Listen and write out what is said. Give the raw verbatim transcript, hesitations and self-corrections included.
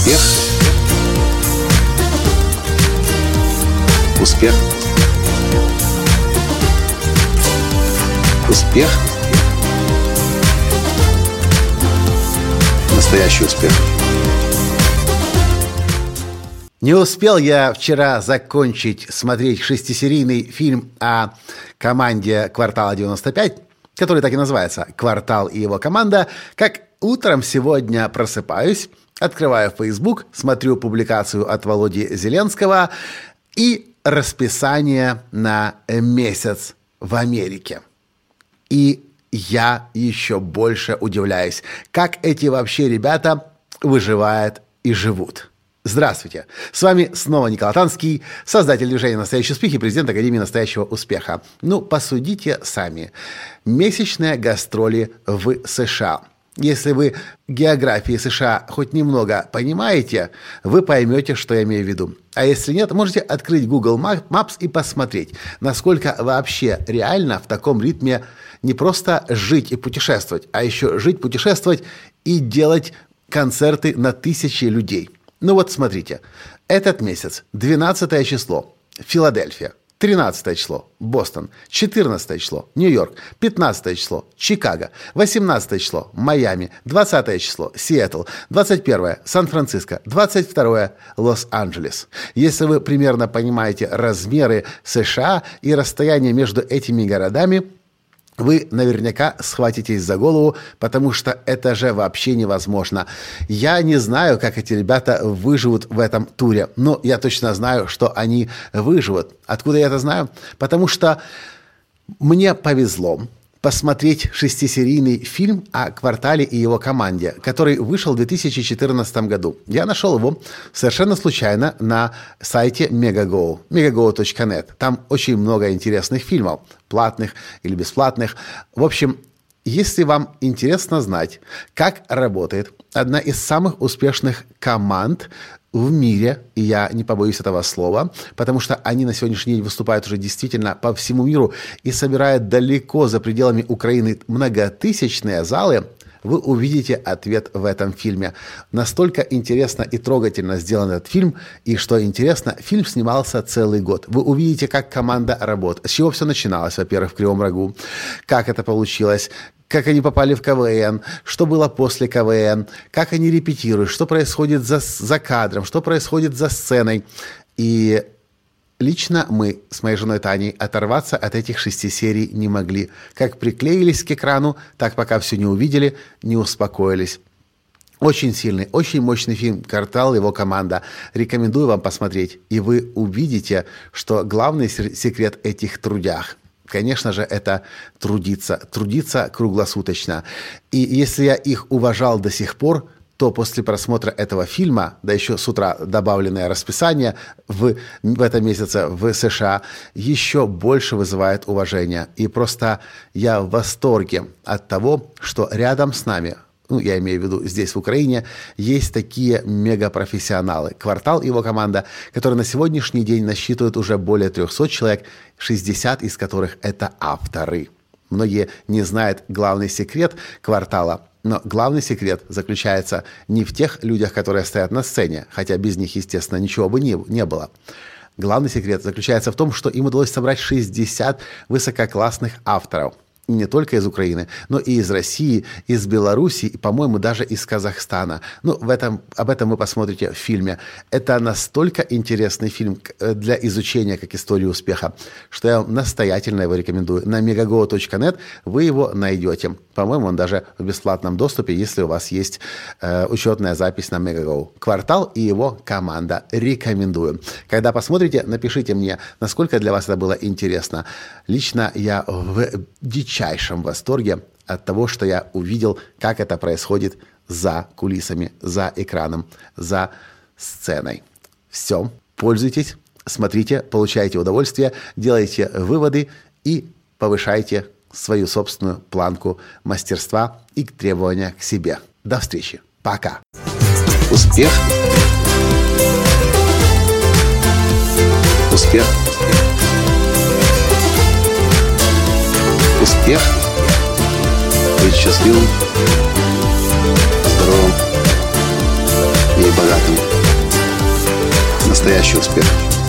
Успех. Успех. Успех. Настоящий успех. Не успел я вчера закончить смотреть шестисерийный фильм о команде «Квартала девяносто пять», который так и называется «Квартал и его команда», как утром сегодня просыпаюсь, открываю Facebook, смотрю публикацию от Володи Зеленского и расписание на месяц в Америке. И я еще больше удивляюсь, как эти вообще ребята выживают и живут. Здравствуйте! С вами снова Николай Танский, создатель движения «Настоящий успех» и президент Академии настоящего успеха. Ну, посудите сами. Месячные гастроли в США. Если вы географии США хоть немного понимаете, вы поймете, что я имею в виду. А если нет, можете открыть Google Maps и посмотреть, насколько вообще реально в таком ритме не просто жить и путешествовать, а еще жить, путешествовать и делать концерты на тысячи людей. Ну вот смотрите, этот месяц, двенадцатое число, Филадельфия, тринадцатое число, Бостон, четырнадцатое число, Нью-Йорк, пятнадцатое число, Чикаго, восемнадцатое число, Майами, двадцатое число, Сиэтл, двадцать первое, Сан-Франциско, двадцать второе, Лос-Анджелес. Если вы примерно понимаете размеры США и расстояние между этими городами, вы наверняка схватитесь за голову, потому что это же вообще невозможно. Я не знаю, как эти ребята выживут в этом туре, но я точно знаю, что они выживут. Откуда я это знаю? Потому что мне повезло посмотреть шестисерийный фильм о «Квартале» и его команде, который вышел в две тысячи четырнадцатом году. Я нашел его совершенно случайно на сайте Megago, megago точка нет. Там очень много интересных фильмов, платных или бесплатных. В общем, если вам интересно знать, как работает одна из самых успешных команд в мире, и я не побоюсь этого слова, потому что они на сегодняшний день выступают уже действительно по всему миру и собирают далеко за пределами Украины многотысячные залы, вы увидите ответ в этом фильме. Настолько интересно и трогательно сделан этот фильм, и что интересно, фильм снимался целый год. Вы увидите, как команда работает, с чего все начиналось, во-первых, в Кривом Рогу, как это получилось, как они попали в КВН, что было после КВН, как они репетируют, что происходит за, за кадром, что происходит за сценой. И лично мы с моей женой Таней оторваться от этих шести серий не могли. Как приклеились к экрану, так пока все не увидели, не успокоились. Очень сильный, очень мощный фильм «Квартал и его команда». Рекомендую вам посмотреть, и вы увидите, что главный секрет этих трудях, конечно же, это трудиться, трудиться круглосуточно. И если я их уважал до сих пор, то после просмотра этого фильма, да еще с утра добавленное расписание в, в этом месяце в США, еще больше вызывает уважение. И просто я в восторге от того, что рядом с нами, ну, я имею в виду здесь, в Украине, есть такие мегапрофессионалы. «Квартал» и его команда, которые на сегодняшний день насчитывают уже более трехсот человек, шестьдесят из которых это авторы. Многие не знают главный секрет «Квартала», но главный секрет заключается не в тех людях, которые стоят на сцене, хотя без них, естественно, ничего бы не, не было. Главный секрет заключается в том, что им удалось собрать шестьдесят высококлассных авторов. И не только из Украины, но и из России, из Белоруссии и, по-моему, даже из Казахстана. Ну, в этом, об этом вы посмотрите в фильме. Это настолько интересный фильм для изучения как истории успеха, что я вам настоятельно его рекомендую. На megago точка нет вы его найдете. По-моему, он даже в бесплатном доступе, если у вас есть э, учетная запись на Megago. «Квартал» и его команда. Рекомендую. Когда посмотрите, напишите мне, насколько для вас это было интересно. Лично я в дичайшем В дичайшем восторге от того, что я увидел, как это происходит за кулисами, за экраном, за сценой. Все, пользуйтесь, смотрите, получайте удовольствие, делайте выводы и повышайте свою собственную планку мастерства и требования к себе. До встречи. Пока. Успех. Успех. Успех. Быть счастливым, здоровым и богатым. Настоящий успех.